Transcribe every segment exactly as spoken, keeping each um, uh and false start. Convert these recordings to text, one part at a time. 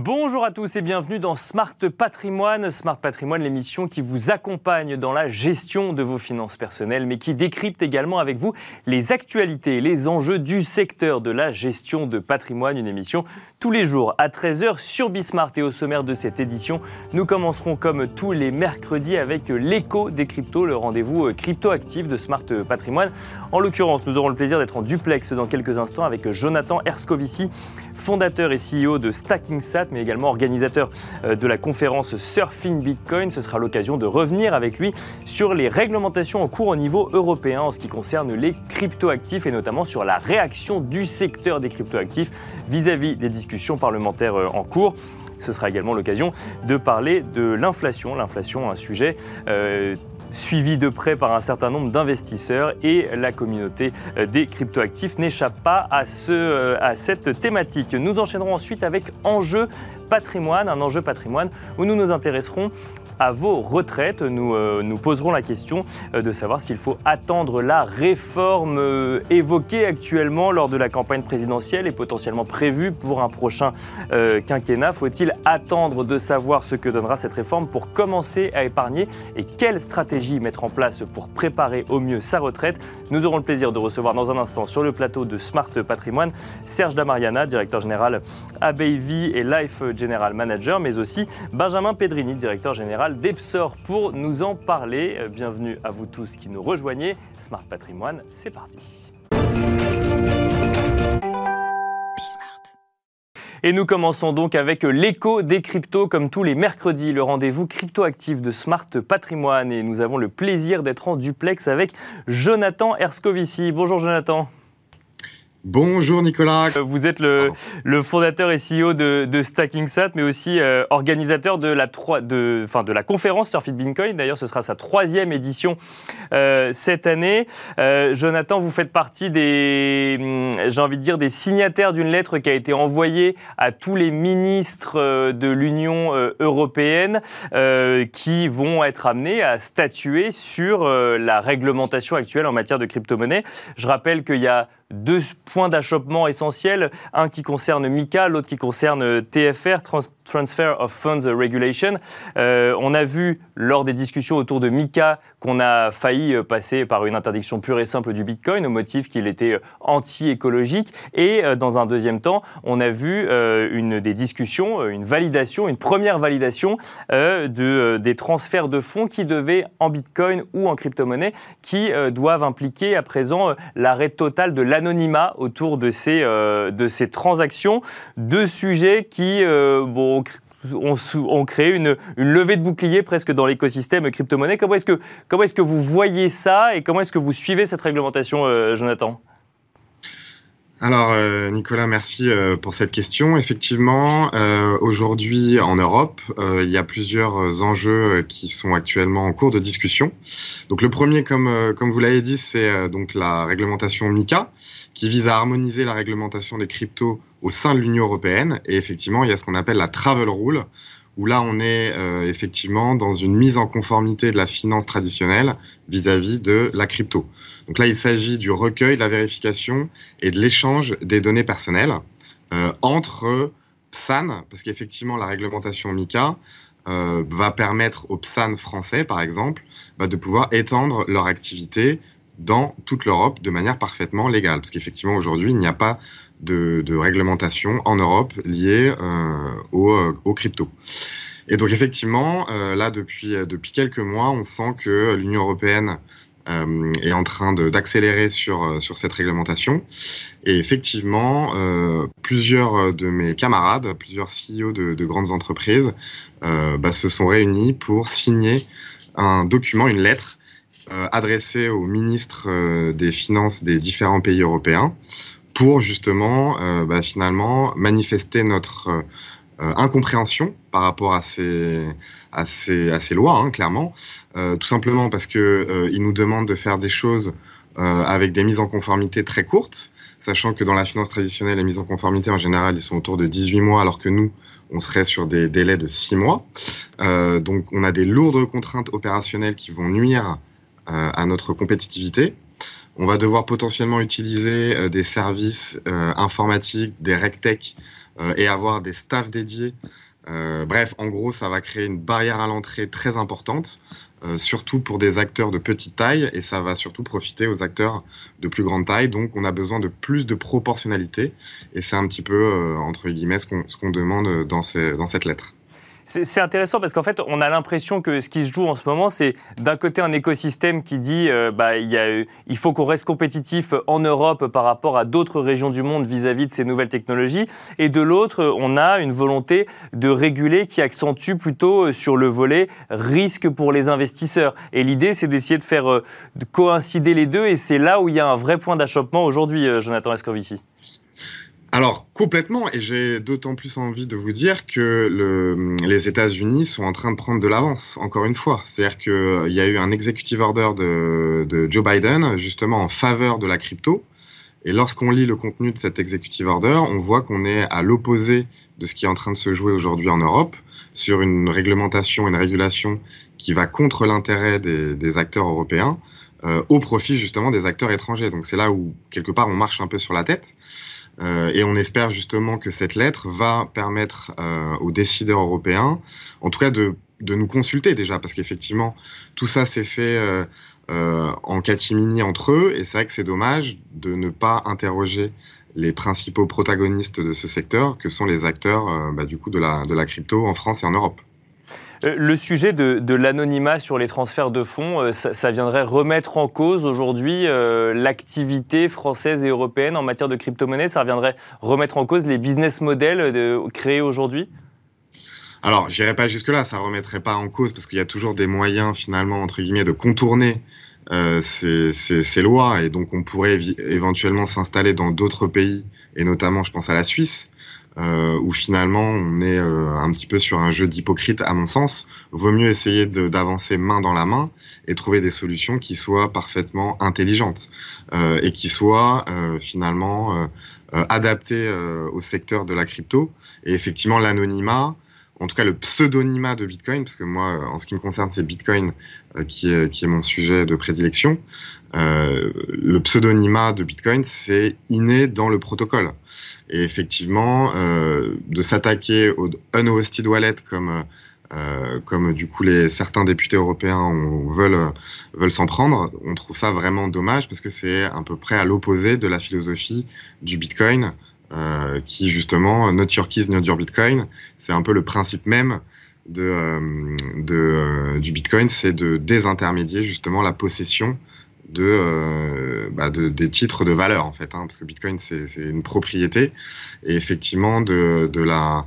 Bonjour à tous et bienvenue dans Smart Patrimoine. Smart Patrimoine, l'émission qui vous accompagne dans la gestion de vos finances personnelles, mais qui décrypte également avec vous les actualités et les enjeux du secteur de la gestion de patrimoine. Une émission tous les jours à treize heures sur Bismart. Et au sommaire de cette édition, nous commencerons comme tous les mercredis avec l'écho des cryptos, le rendez-vous crypto-actif de Smart Patrimoine. En l'occurrence, nous aurons le plaisir d'être en duplex dans quelques instants avec Jonathan Erskovici, fondateur et C E O de StackingSat, mais également organisateur de la conférence Surfing Bitcoin. Ce sera l'occasion de revenir avec lui sur les réglementations en cours au niveau européen en ce qui concerne les cryptoactifs et notamment sur la réaction du secteur des cryptoactifs vis-à-vis des discussions parlementaires en cours. Ce sera également l'occasion de parler de l'inflation. L'inflation, un sujet euh, suivi de près par un certain nombre d'investisseurs, et la communauté des cryptoactifs n'échappe pas à, ce, à cette thématique. Nous enchaînerons ensuite avec Enjeu Patrimoine, un enjeu patrimoine où nous nous intéresserons à vos retraites. Nous euh, nous poserons la question euh, de savoir s'il faut attendre la réforme euh, évoquée actuellement lors de la campagne présidentielle et potentiellement prévue pour un prochain euh, quinquennat. Faut-il attendre de savoir ce que donnera cette réforme pour commencer à épargner, et quelle stratégie mettre en place pour préparer au mieux sa retraite? Nous aurons le plaisir de recevoir dans un instant sur le plateau de Smart Patrimoine Serge Damariana, directeur général A B I V et Life General Manager, mais aussi Benjamin Pedrini, directeur général d'Epsor, pour nous en parler. Bienvenue à vous tous qui nous rejoignez. Smart Patrimoine, c'est parti. Et nous commençons donc avec l'écho des cryptos, comme tous les mercredis, le rendez-vous cryptoactif de Smart Patrimoine. Et nous avons le plaisir d'être en duplex avec Jonathan Erskovici. Bonjour Jonathan. Bonjour Nicolas. Vous êtes le, le fondateur et C E O de, de StackingSat, mais aussi euh, organisateur de la, de, enfin, de la conférence Surfing Bitcoin. D'ailleurs, ce sera sa troisième édition euh, cette année. Euh, Jonathan, vous faites partie des, j'ai envie de dire, des signataires d'une lettre qui a été envoyée à tous les ministres euh, de l'Union euh, européenne euh, qui vont être amenés à statuer sur euh, la réglementation actuelle en matière de crypto-monnaie. Je rappelle qu'il y a deux points d'achoppement essentiels, un qui concerne MiCA, l'autre qui concerne T F R, Trans- Transfer of Funds Regulation. Euh, on a vu lors des discussions autour de MiCA qu'on a failli passer par une interdiction pure et simple du Bitcoin au motif qu'il était anti-écologique. Et euh, dans un deuxième temps, on a vu euh, une des discussions, une validation, une première validation euh, de, euh, des transferts de fonds qui devaient, en Bitcoin ou en crypto-monnaie, qui euh, doivent impliquer à présent euh, l'arrêt total de l'anonymat autour de ces, euh, de ces transactions. Deux sujets qui euh, bon, ont, ont créé une, une levée de bouclier presque dans l'écosystème crypto-monnaie. Comment est-ce que, comment est-ce que vous voyez ça et comment est-ce que vous suivez cette réglementation, euh, Jonathan ? Alors euh, Nicolas, merci euh, pour cette question. Effectivement, euh, aujourd'hui en Europe, euh, il y a plusieurs enjeux qui sont actuellement en cours de discussion. Donc le premier, comme euh, comme vous l'avez dit, c'est euh, donc la réglementation MiCA, qui vise à harmoniser la réglementation des cryptos au sein de l'Union européenne. Et effectivement, il y a ce qu'on appelle la Travel Rule, où là on est euh, effectivement dans une mise en conformité de la finance traditionnelle vis-à-vis de la crypto. Donc là, il s'agit du recueil, de la vérification et de l'échange des données personnelles euh, entre P S A N, parce qu'effectivement la réglementation MiCA euh, va permettre aux P S A N français, par exemple, bah, de pouvoir étendre leur activité dans toute l'Europe de manière parfaitement légale. Parce qu'effectivement, aujourd'hui, il n'y a pas de, de réglementation en Europe liée euh, aux, aux cryptos. Et donc, effectivement, euh, là, depuis, depuis quelques mois, on sent que l'Union européenne euh, est en train de, d'accélérer sur, sur cette réglementation. Et effectivement, euh, plusieurs de mes camarades, plusieurs C E O de, de grandes entreprises, euh, bah, se sont réunis pour signer un document, une lettre, Euh, adressé aux ministres euh, des Finances des différents pays européens pour justement euh, bah, finalement manifester notre euh, incompréhension par rapport à ces, à ces, à ces lois, hein, clairement, euh, tout simplement parce qu'ils euh, nous demandent de faire des choses euh, avec des mises en conformité très courtes, sachant que dans la finance traditionnelle, les mises en conformité en général, ils sont autour de dix-huit mois, alors que nous, on serait sur des délais de six mois. Euh, donc on a des lourdes contraintes opérationnelles qui vont nuire à notre compétitivité. On va devoir potentiellement utiliser euh, des services euh, informatiques, des RegTech euh, et avoir des staffs dédiés. Euh, bref, en gros, ça va créer une barrière à l'entrée très importante, euh, surtout pour des acteurs de petite taille, et ça va surtout profiter aux acteurs de plus grande taille. Donc, on a besoin de plus de proportionnalité, et c'est un petit peu, euh, entre guillemets, ce qu'on, ce qu'on demande dans, ces, dans cette lettre. C'est intéressant parce qu'en fait, on a l'impression que ce qui se joue en ce moment, c'est d'un côté un écosystème qui dit euh, bah, il, y a, il faut qu'on reste compétitif en Europe par rapport à d'autres régions du monde vis-à-vis de ces nouvelles technologies. Et de l'autre, on a une volonté de réguler qui accentue plutôt sur le volet risque pour les investisseurs. Et l'idée, c'est d'essayer de faire euh, de coïncider les deux. Et c'est là où il y a un vrai point d'achoppement aujourd'hui, euh, Jonathan Escovici. Alors, complètement, et j'ai d'autant plus envie de vous dire que le, les États-Unis sont en train de prendre de l'avance, encore une fois. C'est-à-dire qu'il y a eu un executive order de, de Joe Biden, justement en faveur de la crypto. Et lorsqu'on lit le contenu de cet executive order, on voit qu'on est à l'opposé de ce qui est en train de se jouer aujourd'hui en Europe, sur une réglementation, une régulation qui va contre l'intérêt des, des acteurs européens, euh, au profit justement des acteurs étrangers. Donc c'est là où, quelque part, on marche un peu sur la tête. Euh, et on espère justement que cette lettre va permettre euh, aux décideurs européens, en tout cas de, de nous consulter déjà, parce qu'effectivement, tout ça s'est fait euh, euh, en catimini entre eux, et c'est vrai que c'est dommage de ne pas interroger les principaux protagonistes de ce secteur, que sont les acteurs euh, bah, du coup de la, de la crypto en France et en Europe. Le sujet de, de l'anonymat sur les transferts de fonds, ça, ça viendrait remettre en cause aujourd'hui euh, l'activité française et européenne en matière de crypto-monnaie. Ça viendrait remettre en cause les business models de, créés aujourd'hui? Alors, j'irai pas jusque-là, ça remettrait pas en cause, parce qu'il y a toujours des moyens, finalement, entre guillemets, de contourner euh, ces, ces, ces lois, et donc on pourrait évi- éventuellement s'installer dans d'autres pays, et notamment, je pense à la Suisse, Euh, où finalement on est euh, un petit peu sur un jeu d'hypocrite à mon sens. Vaut mieux essayer de, d'avancer main dans la main et trouver des solutions qui soient parfaitement intelligentes euh, et qui soient euh, finalement euh, euh, adaptées euh, au secteur de la crypto. Et effectivement l'anonymat, en tout cas le pseudonymat de Bitcoin, parce que moi en ce qui me concerne c'est Bitcoin euh, qui, est, qui est mon sujet de prédilection, euh, le pseudonymat de Bitcoin c'est inné dans le protocole. Et effectivement, euh, de s'attaquer au unhosted wallet comme euh, comme du coup les certains députés européens ont, veulent veulent s'en prendre, on trouve ça vraiment dommage parce que c'est à peu près à l'opposé de la philosophie du Bitcoin, euh, qui justement not your keys, not your Bitcoin. C'est un peu le principe même de, euh, de euh, du Bitcoin, c'est de désintermédier justement la possession de, euh, bah de des titres de valeur en fait, hein, parce que Bitcoin c'est, c'est une propriété et effectivement de, de la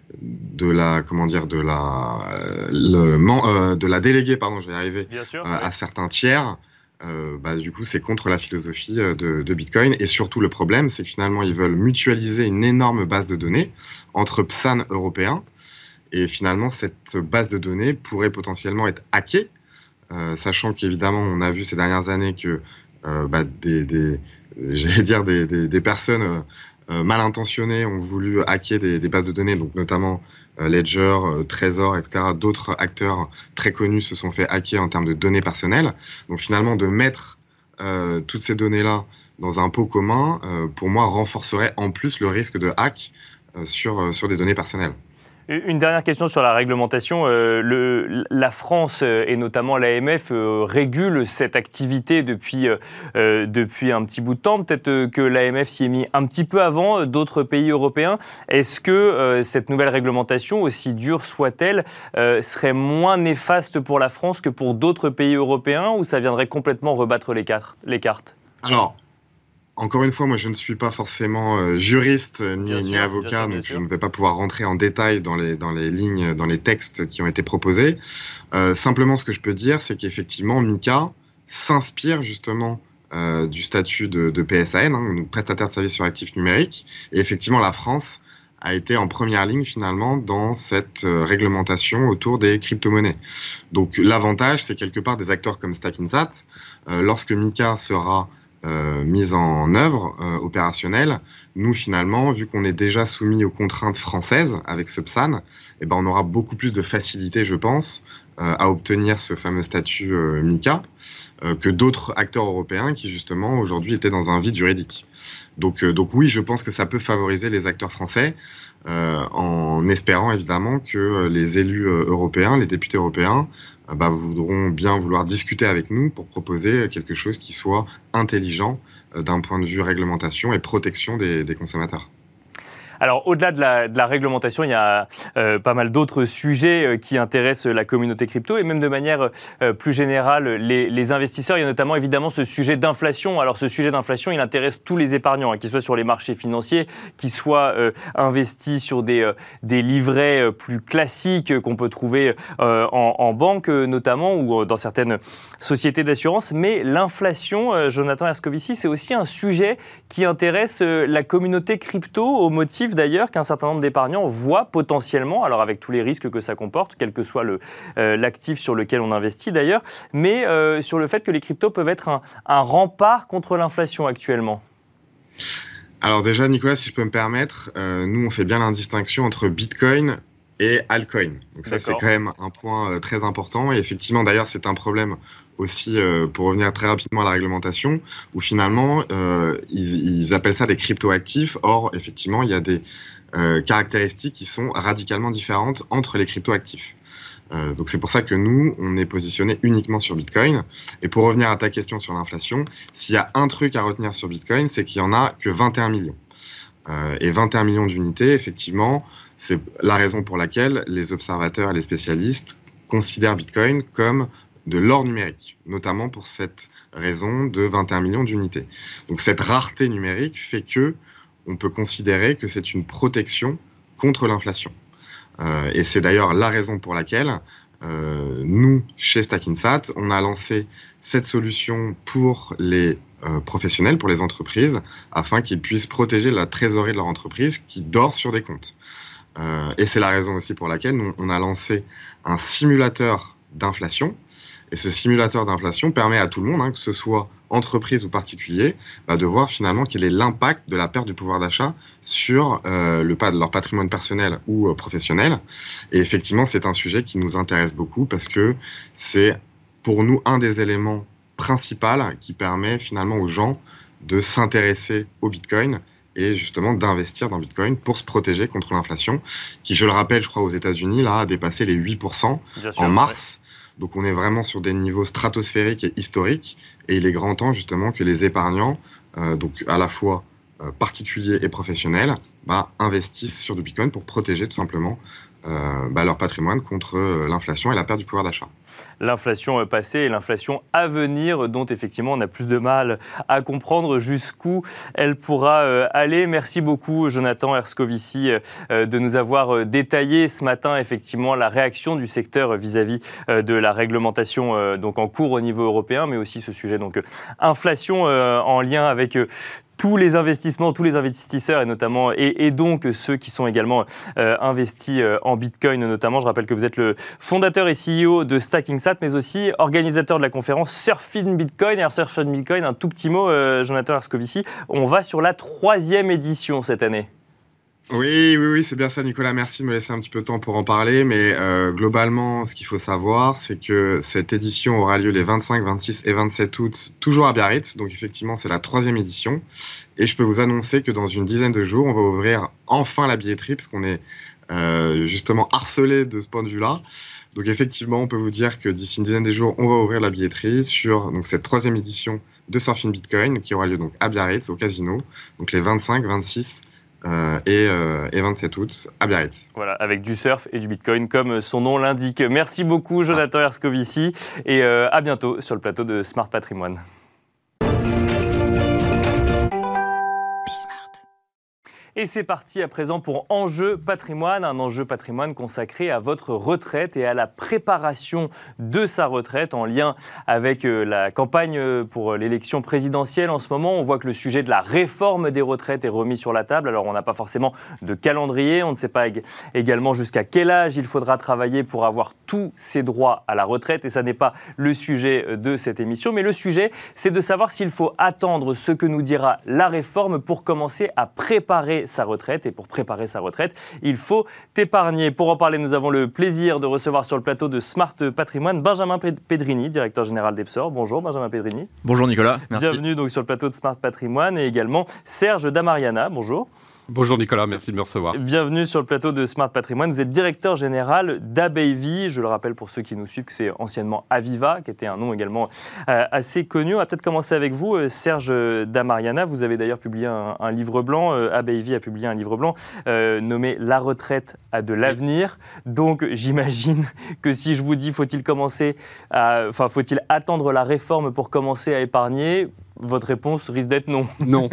de la comment dire de la le, euh, de la déléguer pardon je vais y arriver Bien sûr, euh, oui. à certains tiers. Euh, bah, du coup c'est contre la philosophie de, de Bitcoin et surtout le problème c'est que finalement ils veulent mutualiser une énorme base de données entre P S A N européens et finalement cette base de données pourrait potentiellement être hackée. Euh, sachant qu'évidemment, on a vu ces dernières années que euh, bah, des, des, j'allais dire des, des, des personnes euh, mal intentionnées ont voulu hacker des, des bases de données, donc notamment euh, Ledger, euh, Trezor, et cetera. D'autres acteurs très connus se sont fait hacker en termes de données personnelles. Donc finalement, de mettre euh, toutes ces données-là dans un pot commun, euh, pour moi, renforcerait en plus le risque de hack euh, sur, sur des données personnelles. Une dernière question sur la réglementation. Euh, le, la France euh, et notamment l'A M F euh, régulent cette activité depuis, euh, depuis un petit bout de temps. Peut-être euh, que l'A M F s'y est mis un petit peu avant euh, d'autres pays européens. Est-ce que euh, cette nouvelle réglementation, aussi dure soit-elle, euh, serait moins néfaste pour la France que pour d'autres pays européens ou ça viendrait complètement rebattre les, car- les cartes? Alors, encore une fois, moi je ne suis pas forcément euh, juriste ni, Bien ni sûr, avocat, bien sûr, bien donc sûr. je ne vais pas pouvoir rentrer en détail dans les, dans les lignes, dans les textes qui ont été proposés. Euh, simplement, ce que je peux dire, c'est qu'effectivement, Mika s'inspire justement euh, du statut de, de P S A N, hein, donc prestataire de services sur actifs numériques. Et effectivement, la France a été en première ligne finalement dans cette euh, réglementation autour des crypto-monnaies. Donc l'avantage, c'est quelque part des acteurs comme Stackinsat, euh, lorsque Mika sera Euh, mise en œuvre euh, opérationnelle, nous finalement, vu qu'on est déjà soumis aux contraintes françaises avec ce P S A N, eh ben, on aura beaucoup plus de facilité, je pense, euh, à obtenir ce fameux statut euh, MiCA euh, que d'autres acteurs européens qui justement aujourd'hui étaient dans un vide juridique. Donc, euh, donc oui, je pense que ça peut favoriser les acteurs français euh, en espérant évidemment que les élus euh, européens, les députés européens, euh, bah, voudront bien vouloir discuter avec nous pour proposer quelque chose qui soit intelligent euh, d'un point de vue réglementation et protection des, des consommateurs. Alors, au-delà de la, de la réglementation, il y a euh, pas mal d'autres sujets euh, qui intéressent la communauté crypto et même de manière euh, plus générale les, les investisseurs. Il y a notamment évidemment ce sujet d'inflation. Alors, ce sujet d'inflation, il intéresse tous les épargnants, hein, qu'ils soient sur les marchés financiers, qu'ils soient euh, investis sur des, euh, des livrets euh, plus classiques euh, qu'on peut trouver euh, en, en banque euh, notamment ou euh, dans certaines sociétés d'assurance. Mais l'inflation, euh, Jonathan Erskovici, c'est aussi un sujet qui intéresse euh, la communauté crypto au motif d'ailleurs qu'un certain nombre d'épargnants voient potentiellement, alors avec tous les risques que ça comporte, quel que soit le, euh, l'actif sur lequel on investit d'ailleurs, mais euh, sur le fait que les cryptos peuvent être un, un rempart contre l'inflation actuellement. Alors déjà, Nicolas, si je peux me permettre, euh, nous on fait bien la distinction entre Bitcoin et altcoin. Donc ça, c'est quand même un point euh, très important. Et effectivement, d'ailleurs, c'est un problème aussi, euh, pour revenir très rapidement à la réglementation, où finalement, euh, ils, ils appellent ça des cryptoactifs. Or, effectivement, il y a des euh, caractéristiques qui sont radicalement différentes entre les cryptoactifs. Euh, donc c'est pour ça que nous, on est positionné uniquement sur Bitcoin. Et pour revenir à ta question sur l'inflation, s'il y a un truc à retenir sur Bitcoin, c'est qu'il n'y en a que vingt et un millions. Euh, et vingt et un millions d'unités, effectivement, c'est la raison pour laquelle les observateurs et les spécialistes considèrent Bitcoin comme de l'or numérique, notamment pour cette raison de vingt et un millions d'unités. Donc cette rareté numérique fait que on peut considérer que c'est une protection contre l'inflation. Euh, et c'est d'ailleurs la raison pour laquelle euh, nous, chez Stackinsat, on a lancé cette solution pour les euh, professionnels, pour les entreprises, afin qu'ils puissent protéger la trésorerie de leur entreprise qui dort sur des comptes. Euh, et c'est la raison aussi pour laquelle nous, on a lancé un simulateur d'inflation. Et ce simulateur d'inflation permet à tout le monde, hein, que ce soit entreprise ou particulier, bah, de voir finalement quel est l'impact de la perte du pouvoir d'achat sur euh, le, leur patrimoine personnel ou euh, professionnel. Et effectivement, c'est un sujet qui nous intéresse beaucoup parce que c'est pour nous un des éléments principaux qui permet finalement aux gens de s'intéresser au Bitcoin et justement d'investir dans Bitcoin pour se protéger contre l'inflation, qui, je le rappelle, je crois aux États-Unis, là, a dépassé les huit pour cent en mars. Ouais. Donc on est vraiment sur des niveaux stratosphériques et historiques, et il est grand temps justement que les épargnants, euh, donc à la fois euh, particuliers et professionnels, bah, investissent sur du Bitcoin pour protéger tout simplement euh, bah, leur patrimoine contre euh, l'inflation et la perte du pouvoir d'achat. L'inflation passée et l'inflation à venir, dont effectivement on a plus de mal à comprendre jusqu'où elle pourra euh, aller. Merci beaucoup Jonathan Erskovici euh, de nous avoir euh, détaillé ce matin effectivement la réaction du secteur vis-à-vis euh, de la réglementation euh, donc en cours au niveau européen, mais aussi ce sujet donc euh, inflation euh, en lien avec euh, tous les investissements, tous les investisseurs et notamment et, et donc ceux qui sont également euh, investis euh, en Bitcoin notamment. Je rappelle que vous êtes le fondateur et C E O de Stackinsat, mais aussi organisateur de la conférence Surfing Bitcoin. Alors Surfing Bitcoin, un tout petit mot, euh, Jonathan Erskovici, on va sur la troisième édition cette année. Oui, oui, oui, c'est bien ça, Nicolas. Merci de me laisser un petit peu de temps pour en parler. Mais euh, globalement, ce qu'il faut savoir, c'est que cette édition aura lieu les vingt-cinq, vingt-six et vingt-sept août, toujours à Biarritz. Donc effectivement, c'est la troisième édition. Et je peux vous annoncer que dans une dizaine de jours, on va ouvrir enfin la billetterie, parce qu'on est euh, justement harcelé de ce point de vue-là. Donc effectivement, on peut vous dire que d'ici une dizaine de jours, on va ouvrir la billetterie sur donc, cette troisième édition de Surfing Bitcoin, qui aura lieu donc à Biarritz, au casino, donc les vingt-cinq, vingt-six Euh, et, euh, et vingt-sept août à Biarritz. Voilà, avec du surf et du Bitcoin comme son nom l'indique. Merci beaucoup Jonathan ah. Erskovici et euh, à bientôt sur le plateau de Smart Patrimoine. Et c'est parti à présent pour Enjeu Patrimoine, un enjeu patrimoine consacré à votre retraite et à la préparation de sa retraite en lien avec la campagne pour l'élection présidentielle. En ce moment, on voit que le sujet de la réforme des retraites est remis sur la table. Alors, on n'a pas forcément de calendrier, on ne sait pas également jusqu'à quel âge il faudra travailler pour avoir tous ses droits à la retraite. Et ça n'est pas le sujet de cette émission, mais le sujet, c'est de savoir s'il faut attendre ce que nous dira la réforme pour commencer à préparer préparer sa retraite. Et pour préparer sa retraite, il faut épargner. Pour en parler, nous avons le plaisir de recevoir sur le plateau de Smart Patrimoine Benjamin Pedrini, directeur général d'Epsor. Bonjour Benjamin Pedrini. Bonjour Nicolas, merci. Bienvenue donc sur le plateau de Smart Patrimoine et également Serge Damariana. Bonjour. Bonjour Nicolas, merci de me recevoir. Bienvenue sur le plateau de Smart Patrimoine. Vous êtes directeur général d'Abeilvie. Je le rappelle pour ceux qui nous suivent que c'est anciennement Aviva, qui était un nom également euh, assez connu. On va peut-être commencer avec vous, euh, Serge Damariana. Vous avez d'ailleurs publié un, un livre blanc. Euh, Abeilvie a publié un livre blanc euh, nommé « La retraite a de l'avenir ». Donc j'imagine que si je vous dis faut-il commencer, à, enfin faut-il attendre la réforme pour commencer à épargner, votre réponse risque d'être non. Non.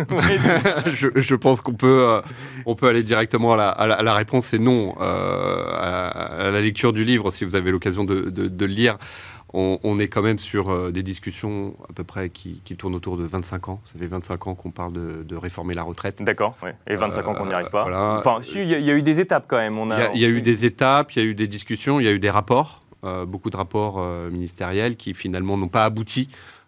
je, je pense qu'on peut, euh, on peut aller directement à la, à la, à la réponse, c'est non. Euh, à, à la lecture du livre, si vous avez l'occasion de, de, de le lire, on, on est quand même sur euh, des discussions à peu près qui, qui tournent autour de vingt-cinq ans. Ça fait vingt-cinq ans qu'on parle de, de réformer la retraite. D'accord, ouais. Et vingt-cinq euh, ans qu'on n'y arrive pas. Voilà. Enfin, il si, y, y a eu des étapes quand même. Il a, y, y a eu des étapes, il y a eu des discussions, il y a eu des rapports, euh, beaucoup de rapports euh, ministériels qui finalement n'ont pas abouti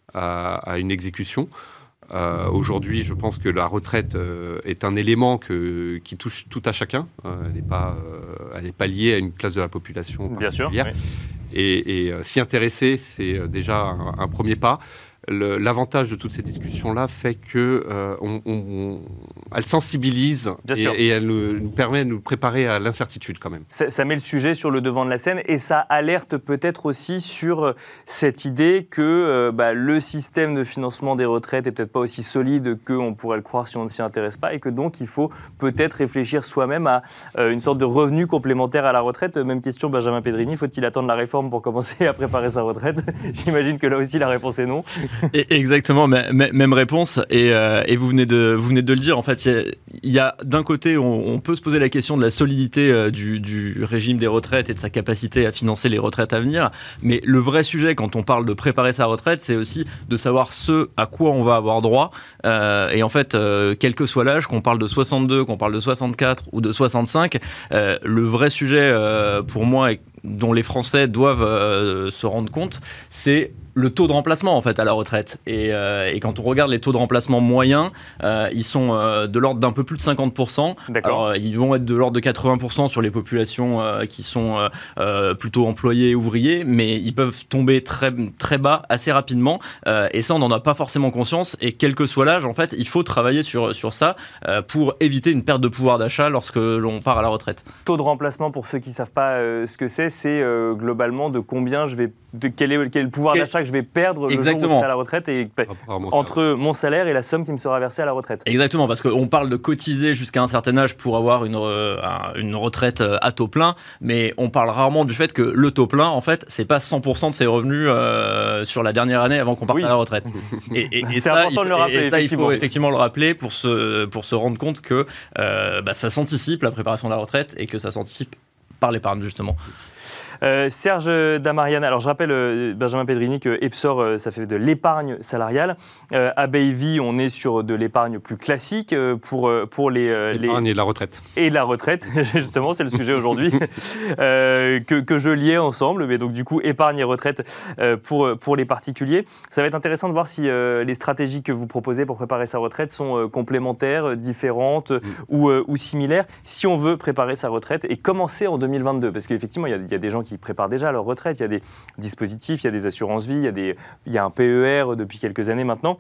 À, à une exécution. Euh, aujourd'hui, je pense que la retraite euh, est un élément que, qui touche tout à chacun. Euh, elle n'est pas, euh, elle n'est pas liée à une classe de la population particulière. Bien sûr, oui. Et, et euh, s'y intéresser, c'est déjà un, un premier pas. Le, l'avantage de toutes ces discussions-là fait que euh, on, on, elle sensibilise et, et elle nous, nous permet de nous préparer à l'incertitude quand même. Ça, ça met le sujet sur le devant de la scène et ça alerte peut-être aussi sur cette idée que euh, bah, le système de financement des retraites est peut-être pas aussi solide qu'on pourrait le croire si on ne s'y intéresse pas et que donc il faut peut-être réfléchir soi-même à euh, une sorte de revenu complémentaire à la retraite. Même question Benjamin Pedrini, faut-il attendre la réforme pour commencer à préparer sa retraite? J'imagine que là aussi la réponse est non. Et exactement, même réponse. Et, euh, et vous, venez de, vous venez de le dire. En fait, il y, y a d'un côté, on, on peut se poser la question de la solidité euh, du, du régime des retraites et de sa capacité à financer les retraites à venir. Mais le vrai sujet, quand on parle de préparer sa retraite, c'est aussi de savoir ce à quoi on va avoir droit. Euh, et en fait, euh, quel que soit l'âge, qu'on parle de soixante-deux, qu'on parle de soixante-quatre ou de soixante-cinq, euh, le vrai sujet euh, pour moi, dont les Français doivent euh, se rendre compte, c'est le taux de remplacement en fait à la retraite. Et, euh, et quand on regarde les taux de remplacement moyens, euh, ils sont euh, de l'ordre d'un peu plus de cinquante pour cent. D'accord. Alors, ils vont être de l'ordre de quatre-vingts pour cent sur les populations euh, qui sont euh, euh, plutôt employés, ouvriers, mais ils peuvent tomber très, très bas assez rapidement. Euh, et ça, on n'en a pas forcément conscience. Et quel que soit l'âge, en fait, il faut travailler sur, sur ça euh, pour éviter une perte de pouvoir d'achat lorsque l'on part à la retraite. Taux de remplacement, pour ceux qui ne savent pas euh, ce que c'est, c'est euh, globalement de combien je vais, de quel est, quel est le pouvoir quel... d'achat que je vais perdre Exactement. le jour où je serai à la retraite et mon entre mon salaire et la somme qui me sera versée à la retraite. Exactement, parce qu'on parle de cotiser jusqu'à un certain âge pour avoir une, euh, une retraite à taux plein, mais on parle rarement du fait que le taux plein, en fait, c'est pas cent pour cent de ses revenus euh, sur la dernière année avant qu'on parte oui. à la retraite. Et, et, et c'est ça, important il, de le rappeler. Et ça, il faut effectivement le rappeler pour se, pour se rendre compte que euh, bah, ça s'anticipe, la préparation de la retraite, et que ça s'anticipe par l'épargne, justement. Euh, Serge Damariana, alors je rappelle euh, Benjamin Pedrini que Epsor euh, ça fait de l'épargne salariale. Euh, Abeilvie, on est sur de l'épargne plus classique euh, pour, euh, pour les, euh, l'épargne les... et la retraite. Et la retraite, justement, c'est le sujet aujourd'hui euh, que, que je liais ensemble. Mais donc du coup, épargne et retraite euh, pour, pour les particuliers. Ça va être intéressant de voir si euh, les stratégies que vous proposez pour préparer sa retraite sont euh, complémentaires, différentes mmh. ou, euh, ou similaires. Si on veut préparer sa retraite et commencer en deux mille vingt-deux, parce qu'effectivement, il y, y a des gens qui qui préparent déjà leur retraite. Il y a des dispositifs, il y a des assurances-vie, il y a, des, il y a un P E R depuis quelques années maintenant.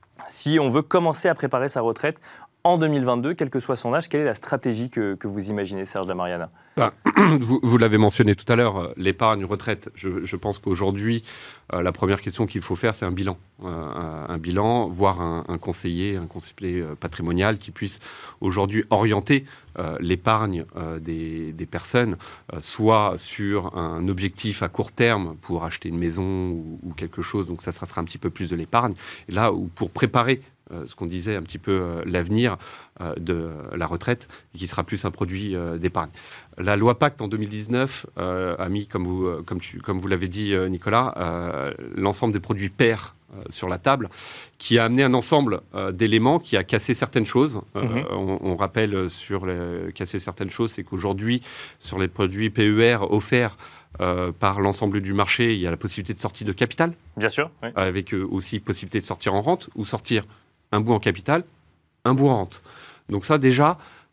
Si on veut commencer à préparer sa retraite en deux mille vingt-deux, quel que soit son âge, quelle est la stratégie que, que vous imaginez, Serge Damariana? Ben, vous, vous l'avez mentionné tout à l'heure, l'épargne retraite. Je, je pense qu'aujourd'hui, euh, la première question qu'il faut faire, c'est un bilan. Euh, un, un bilan, voire un, un conseiller, un conseiller patrimonial qui puisse aujourd'hui orienter euh, l'épargne euh, des, des personnes, euh, soit sur un objectif à court terme pour acheter une maison ou, ou quelque chose, donc ça sera un petit peu plus de l'épargne. Et là, où pour préparer Euh, ce qu'on disait un petit peu euh, l'avenir euh, de la retraite, qui sera plus un produit euh, d'épargne. La loi Pacte en deux mille dix-neuf euh, a mis, comme vous, euh, comme tu, comme vous l'avez dit euh, Nicolas, euh, l'ensemble des produits pairs euh, sur la table, qui a amené un ensemble euh, d'éléments qui a cassé certaines choses. Euh, mmh. on, on rappelle sur les, casser certaines choses, c'est qu'aujourd'hui, sur les produits P E R offerts Euh, par l'ensemble du marché, il y a la possibilité de sortie de capital. Bien sûr. Oui. Avec euh, aussi possibilité de sortir en rente ou sortir un bout en capital, un bout en rente. Donc ça, déjà,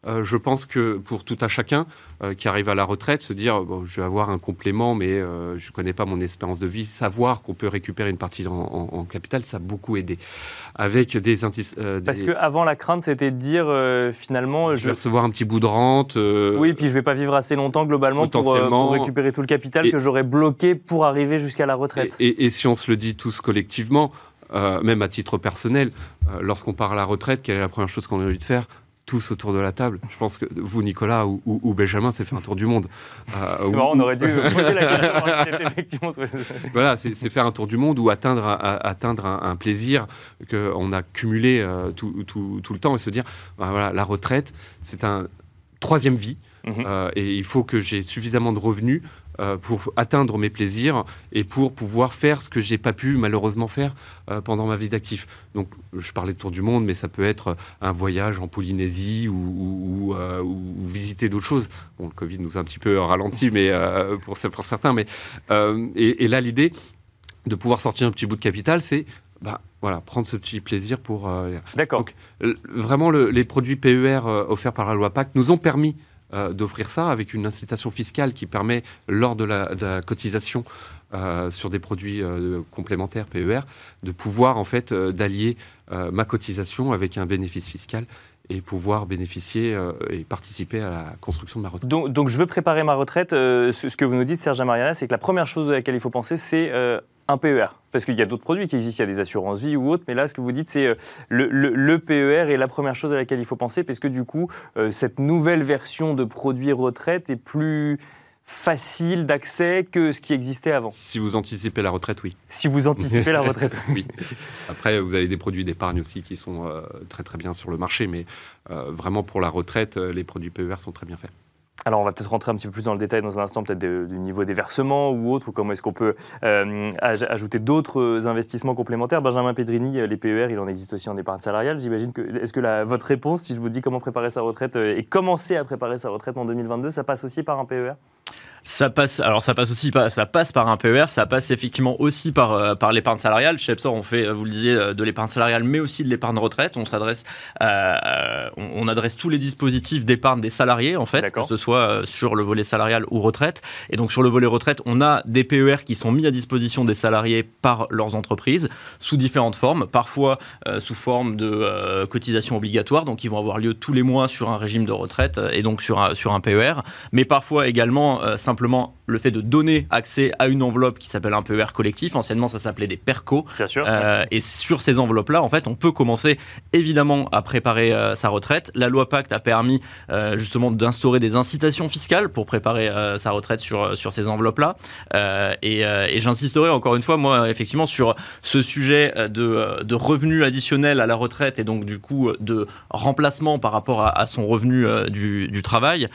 euh, je pense que pour tout un chacun euh, qui arrive à la retraite, se dire bon, je vais avoir un complément, mais euh, je ne connais pas mon espérance de vie, savoir qu'on peut récupérer une partie en, en, en capital, ça a beaucoup aidé. Avec des, euh, des... Parce qu'avant, la crainte, c'était de dire euh, finalement... Je... je vais recevoir un petit bout de rente. Euh... Oui, puis je ne vais pas vivre assez longtemps globalement pour, euh, pour récupérer tout le capital et... que j'aurais bloqué pour arriver jusqu'à la retraite. Et, et, et si on se le dit tous collectivement, euh, même à titre personnel, euh, lorsqu'on part à la retraite, quelle est la première chose qu'on a envie de faire ? Tous autour de la table. Je pense que vous, Nicolas ou, ou, ou Benjamin, c'est fait un tour du monde. Euh, c'est ou... marrant, on aurait dû poser la question. Effectivement. Voilà, c'est, c'est faire un tour du monde ou atteindre, à, à, atteindre un, un plaisir qu'on a cumulé euh, tout, tout, tout le temps et se dire, bah, voilà, la retraite, c'est un troisième vie. Mmh. Euh, et il faut que j'ai suffisamment de revenus euh, pour atteindre mes plaisirs et pour pouvoir faire ce que j'ai pas pu malheureusement faire euh, pendant ma vie d'actif. Donc, je parlais de tour du monde, mais ça peut être un voyage en Polynésie ou, ou, ou, euh, ou visiter d'autres choses. Bon, le Covid nous a un petit peu ralenti, mais euh, pour, pour certains. Mais euh, et, et là, l'idée de pouvoir sortir un petit bout de capital, c'est bah, voilà, prendre ce petit plaisir pour. Euh, D'accord. Donc, euh, vraiment, le, les produits P E R euh, offerts par la loi Pacte nous ont permis Euh, d'offrir ça avec une incitation fiscale qui permet, lors de la, de la cotisation euh, sur des produits euh, complémentaires P E R, de pouvoir en fait euh, d'allier euh, ma cotisation avec un bénéfice fiscal et pouvoir bénéficier euh, et participer à la construction de ma retraite. Donc, donc je veux préparer ma retraite. Euh, ce, ce que vous nous dites, Serge et Mariana, c'est que la première chose à laquelle il faut penser, c'est euh, un P E R. Parce qu'il y a d'autres produits qui existent, il y a des assurances-vie ou autres, mais là, ce que vous dites, c'est euh, le, le, le P E R est la première chose à laquelle il faut penser, parce que du coup, euh, cette nouvelle version de produit retraite est plus facile d'accès que ce qui existait avant. Si vous anticipez la retraite, oui. Si vous anticipez la retraite, oui. Après, vous avez des produits d'épargne aussi qui sont euh, très très bien sur le marché, mais euh, vraiment pour la retraite, les produits P E R sont très bien faits. Alors, on va peut-être rentrer un petit peu plus dans le détail dans un instant, peut-être de, du niveau des versements ou autre, ou comment est-ce qu'on peut euh, ajouter d'autres investissements complémentaires. Benjamin Pedrini, les P E R, il en existe aussi en épargne salariale. J'imagine que, est-ce que la, votre réponse, si je vous dis comment préparer sa retraite et commencer à préparer sa retraite en deux mille vingt-deux, ça passe aussi par un P E R ? Ça passe, alors ça passe aussi, ça passe par un P E R, ça passe effectivement aussi par, euh, par l'épargne salariale. Chez Epsor, on fait, vous le disiez, de l'épargne salariale, mais aussi de l'épargne retraite. On s'adresse, euh, on, on adresse tous les dispositifs d'épargne des salariés, en fait, D'accord. que ce soit sur le volet salarial ou retraite. Et donc sur le volet retraite, on a des P E R qui sont mis à disposition des salariés par leurs entreprises, sous différentes formes, parfois euh, sous forme de euh, cotisation obligatoire, donc ils vont avoir lieu tous les mois sur un régime de retraite et donc sur un, sur un P E R, mais parfois également euh, simplement Simplement le fait de donner accès à une enveloppe qui s'appelle un P E R collectif. Anciennement, ça s'appelait des PERCO. Bien sûr. Euh, et sur ces enveloppes-là, en fait, on peut commencer évidemment à préparer euh, sa retraite. La loi Pacte a permis euh, justement d'instaurer des incitations fiscales pour préparer euh, sa retraite sur, sur ces enveloppes-là. Euh, et, euh, et j'insisterai encore une fois, moi, effectivement, sur ce sujet de, de revenus additionnels à la retraite et donc du coup de remplacement par rapport à, à son revenu euh, du, du travail,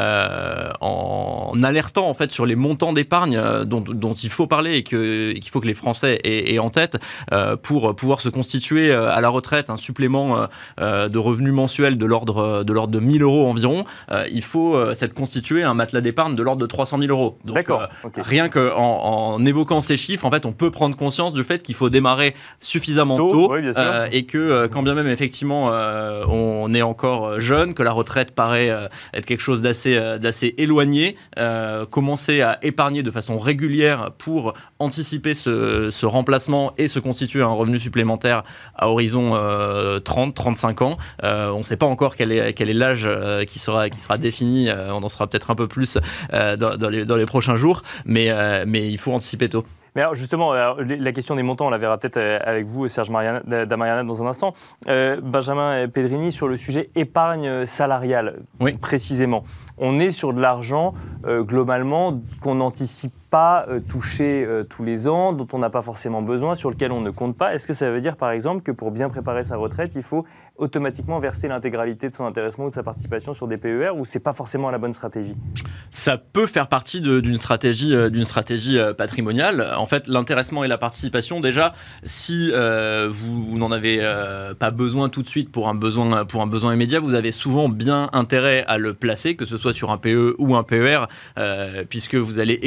euh, en alerte en fait sur les montants d'épargne dont, dont il faut parler et, que, et qu'il faut que les Français aient, aient en tête euh, pour pouvoir se constituer à la retraite un supplément euh, de revenus mensuels de l'ordre de, l'ordre de mille euros environ. Euh, il faut euh, s'être constitué un matelas d'épargne de l'ordre de trois cent mille euros. Donc, D'accord. Euh, okay. Rien qu'en en évoquant ces chiffres, en fait, on peut prendre conscience du fait qu'il faut démarrer suffisamment tôt, tôt oui, euh, et que quand bien même effectivement euh, on est encore jeune, que la retraite paraît euh, être quelque chose d'assez, euh, d'assez éloigné, euh, commencer à épargner de façon régulière pour anticiper ce, ce remplacement et se constituer un revenu supplémentaire à horizon euh, trente à trente-cinq ans. Euh, on ne sait pas encore quel est, quel est l'âge euh, qui, sera, qui sera défini. Euh, on en saura peut-être un peu plus euh, dans, dans, les, dans les prochains jours, mais, euh, mais il faut anticiper tôt. Mais alors justement, alors, la question des montants, on la verra peut-être avec vous, Serge Mariana, Damariana, dans un instant. Euh, Benjamin Pedrini, sur le sujet épargne salariale, oui. précisément. On est sur de l'argent, euh, globalement, qu'on n'anticipe pas euh, toucher euh, tous les ans, dont on n'a pas forcément besoin, sur lequel on ne compte pas. Est-ce que ça veut dire, par exemple, que pour bien préparer sa retraite, il faut automatiquement verser l'intégralité de son intéressement ou de sa participation sur des P E R, ou c'est pas forcément la bonne stratégie ? Ça peut faire partie de, d'une stratégie, euh, d'une stratégie euh, patrimoniale. En fait, l'intéressement et la participation, déjà, si euh, vous, vous n'en avez euh, pas besoin tout de suite pour un besoin, pour un besoin immédiat, vous avez souvent bien intérêt à le placer, que ce soit sur un P E ou un P E R, euh, puisque vous allez économiser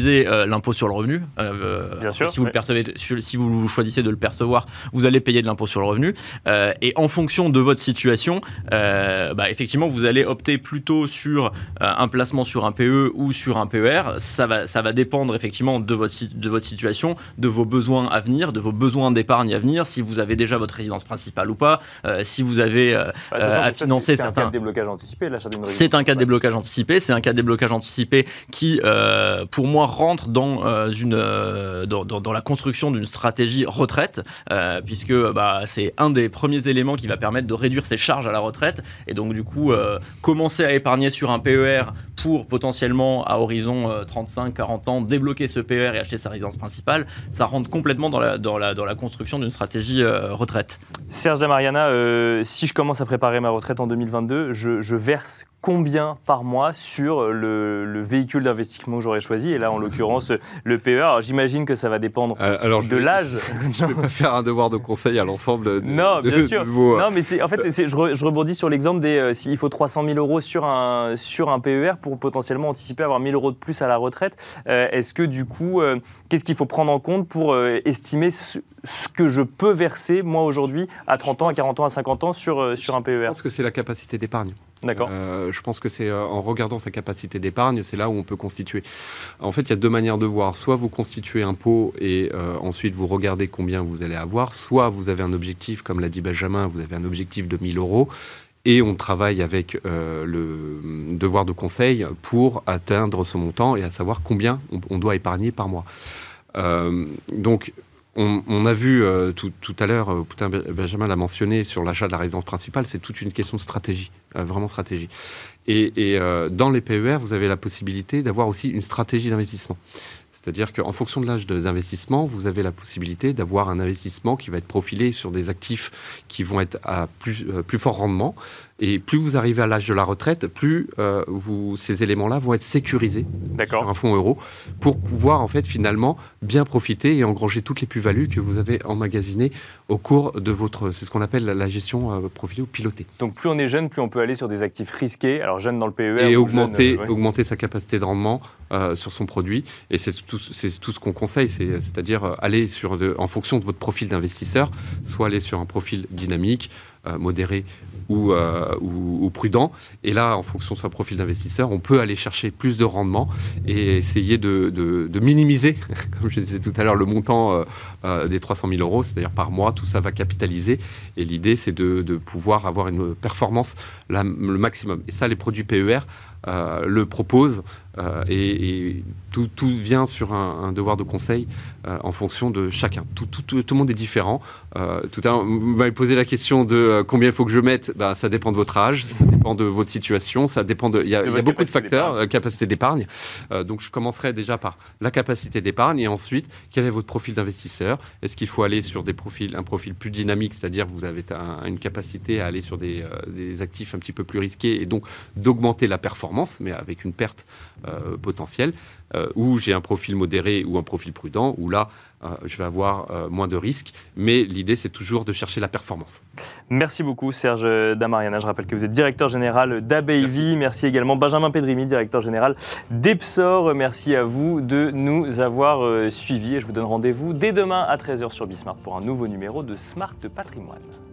pénaliser euh, l'impôt sur le revenu. Euh, Bien sûr, si vous oui. le percevez, si vous choisissez de le percevoir, vous allez payer de l'impôt sur le revenu. Euh, et en fonction de votre situation, euh, bah, effectivement, vous allez opter plutôt sur euh, un placement sur un P E ou sur un P E R. Ça va, ça va dépendre effectivement de votre, de votre situation, de vos besoins à venir, de vos besoins d'épargne à venir, si vous avez déjà votre résidence principale ou pas, euh, si vous avez euh, Bah, euh, à ça, financer c'est, c'est certains... un cas de déblocage anticipé, l'achat d'une résidence. C'est un cas de déblocage anticipé, c'est un cas de déblocage anticipé qui, euh, pour moi, rentre dans, euh, une, euh, dans, dans, dans la construction d'une stratégie retraite, euh, puisque bah, c'est un des premiers éléments qui va permettre de réduire ses charges à la retraite, et donc du coup, euh, commencer à épargner sur un P E R pour potentiellement, à horizon euh, trente-cinq à quarante ans, débloquer ce P E R et acheter sa résidence principale, ça rentre complètement dans la, dans la, dans la construction d'une stratégie euh, retraite. Serge Damariana, euh, si je commence à préparer ma retraite en deux mille vingt-deux, je, je verse combien par mois sur le, le véhicule d'investissement que j'aurais choisi, et là en l'occurrence le P E R. Alors j'imagine que ça va dépendre Euh, alors, je de vais- l'âge. Je ne vais pas faire un devoir de conseil à l'ensemble de, Non, de- bien de sûr. vos... Non, mais c'est, en fait, c'est, je, re- je rebondis sur l'exemple des euh, s'il faut trois cent mille euros sur un, sur un P E R pour potentiellement anticiper avoir mille euros de plus à la retraite. Euh, est-ce que du coup, euh, qu'est-ce qu'il faut prendre en compte pour euh, estimer ce, ce que je peux verser moi aujourd'hui à trente ans, à quarante ans, à cinquante ans sur, euh, sur un P E Je R? pense que c'est la capacité d'épargne. D'accord. Euh, je pense que c'est euh, en regardant sa capacité d'épargne, c'est là où on peut constituer. En fait, il y a deux manières de voir. Soit vous constituez un pot et euh, ensuite vous regardez combien vous allez avoir. Soit vous avez un objectif, comme l'a dit Benjamin, vous avez un objectif de mille euros. Et on travaille avec euh, le devoir de conseil pour atteindre ce montant et à savoir combien on, on doit épargner par mois. Euh, donc, on, on a vu euh, tout, tout à l'heure, euh, putain, Benjamin l'a mentionné, sur l'achat de la résidence principale, c'est toute une question de stratégie, euh, vraiment stratégie. Et, et euh, dans les P E R, vous avez la possibilité d'avoir aussi une stratégie d'investissement. C'est-à-dire qu'en fonction de l'âge des investissements, vous avez la possibilité d'avoir un investissement qui va être profilé sur des actifs qui vont être à plus, euh, plus fort rendement. Et plus vous arrivez à l'âge de la retraite, plus euh, vous, ces éléments-là vont être sécurisés D'accord. sur un fonds euro pour pouvoir en fait finalement bien profiter et engranger toutes les plus-values que vous avez emmagasinées au cours de votre, c'est ce qu'on appelle la gestion euh, profilée ou pilotée. Donc plus on est jeune, plus on peut aller sur des actifs risqués. Alors jeune dans le P E R. Et ou augmenter, jeune, euh, ouais. augmenter sa capacité de rendement euh, sur son produit. Et c'est tout, c'est tout ce qu'on conseille, c'est, c'est-à-dire euh, aller sur de, en fonction de votre profil d'investisseur, soit aller sur un profil dynamique, euh, modéré ou, euh, ou, ou prudent. Et là, en fonction de son profil d'investisseur, on peut aller chercher plus de rendement et essayer de, de, de minimiser, comme je disais tout à l'heure, le montant euh, euh, des trois cent mille euros, c'est-à-dire par mois, tout ça va capitaliser. Et l'idée, c'est de, de pouvoir avoir une performance la, le maximum. Et ça, les produits P E R euh, le proposent. Euh, et, et tout, tout vient sur un, un devoir de conseil euh, en fonction de chacun. Tout, tout, tout, tout le monde est différent. Euh, tout à l'heure, vous m'avez posé la question de euh, combien il faut que je mette. Ben, ça dépend de votre âge, ça dépend de votre situation, ça dépend de. Il y a, il y a beaucoup de facteurs, euh, capacité d'épargne. Euh, donc, je commencerai déjà par la capacité d'épargne et ensuite, quel est votre profil d'investisseur? Est-ce qu'il faut aller sur des profils, un profil plus dynamique, c'est-à-dire vous avez un, une capacité à aller sur des, euh, des actifs un petit peu plus risqués et donc d'augmenter la performance, mais avec une perte Euh, potentiel, euh, ou j'ai un profil modéré ou un profil prudent, où là, euh, je vais avoir euh, moins de risques, mais l'idée, c'est toujours de chercher la performance. Merci beaucoup Serge Damariana. Je rappelle que vous êtes directeur général d'A B I V. Merci. Merci également Benjamin Pedrimi, directeur général d'Epsor. Merci à vous de nous avoir euh, suivis et je vous donne rendez-vous dès demain à treize heures sur Bismart pour un nouveau numéro de Smart Patrimoine.